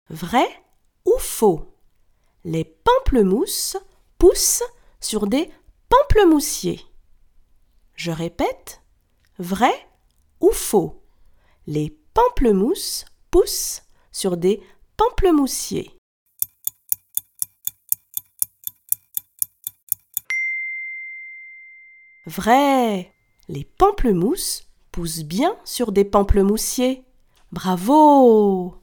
Vrai ou faux? Les pamplemousses poussent sur des pamplemoussiers. Je répète, vrai ou faux? Les pamplemousses poussent sur des pamplemoussiers. Vrai! Les pamplemousses poussent bien sur des pamplemoussiers. Bravo!